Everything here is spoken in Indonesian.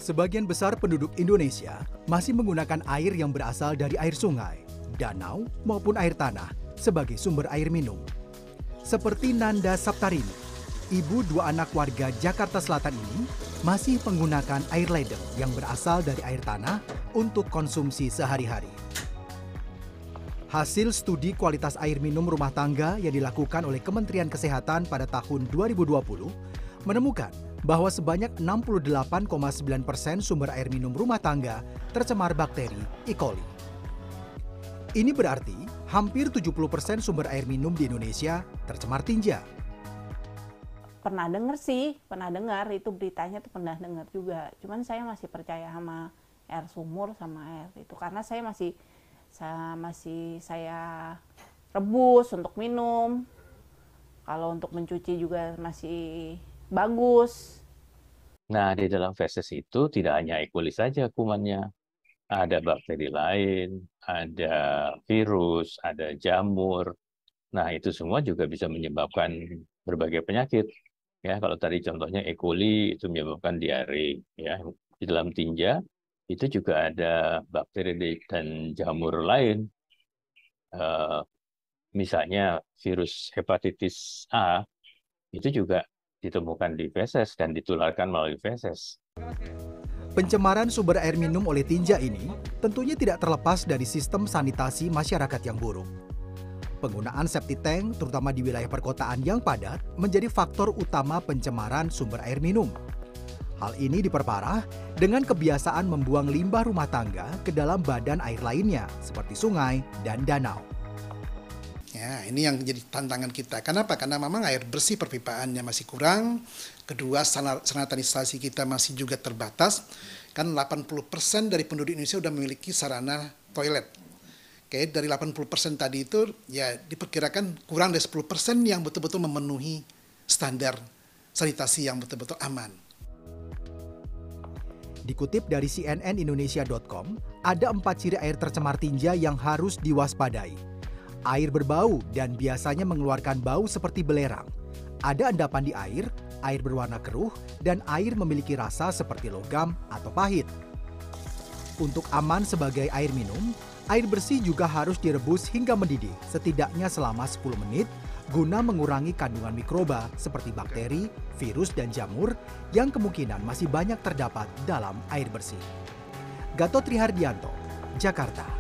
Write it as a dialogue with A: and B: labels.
A: Sebagian besar penduduk Indonesia masih menggunakan air yang berasal dari air sungai, danau, maupun air tanah sebagai sumber air minum. Seperti Nanda Saptarini, ibu dua anak warga Jakarta Selatan ini masih menggunakan air ledeng yang berasal dari air tanah untuk konsumsi sehari-hari. Hasil studi kualitas air minum rumah tangga yang dilakukan oleh Kementerian Kesehatan pada tahun 2020 menemukan bahwa sebanyak 68,9% sumber air minum rumah tangga tercemar bakteri E. coli. Ini berarti hampir 70% sumber air minum di Indonesia tercemar tinja.
B: Pernah dengar itu beritanya tuh pernah dengar juga. Cuman saya masih percaya sama air sumur sama air itu karena saya rebus untuk minum. Kalau untuk mencuci juga masih bagus.
C: Nah, di dalam feses itu tidak hanya E. coli saja kumannya. Ada bakteri lain, ada virus, ada jamur. Nah, itu semua juga bisa menyebabkan berbagai penyakit. Ya, kalau tadi contohnya E. coli itu menyebabkan diare, ya. Di dalam tinja itu juga ada bakteri dan jamur lain. Misalnya virus hepatitis A itu juga ditemukan di feses dan ditularkan melalui feses.
A: Pencemaran sumber air minum oleh tinja ini tentunya tidak terlepas dari sistem sanitasi masyarakat yang buruk. Penggunaan septic tank, terutama di wilayah perkotaan yang padat, menjadi faktor utama pencemaran sumber air minum. Hal ini diperparah dengan kebiasaan membuang limbah rumah tangga ke dalam badan air lainnya, seperti sungai dan danau.
D: Ya, ini yang jadi tantangan kita. Kenapa? Karena memang air bersih perpipaannya masih kurang. Kedua, sanitarisasi kita masih juga terbatas. Kan 80% dari penduduk Indonesia sudah memiliki sarana toilet. Oke, dari 80% tadi itu ya diperkirakan kurang dari 10% yang betul-betul memenuhi standar sanitasi yang betul-betul aman.
A: Dikutip dari cnnindonesia.com, ada 4 ciri air tercemar tinja yang harus diwaspadai. Air berbau dan biasanya mengeluarkan bau seperti belerang. Ada endapan di air berwarna keruh, dan air memiliki rasa seperti logam atau pahit. Untuk aman sebagai air minum, air bersih juga harus direbus hingga mendidih setidaknya selama 10 menit guna mengurangi kandungan mikroba seperti bakteri, virus, dan jamur yang kemungkinan masih banyak terdapat dalam air bersih. Gatot Trihardianto, Jakarta.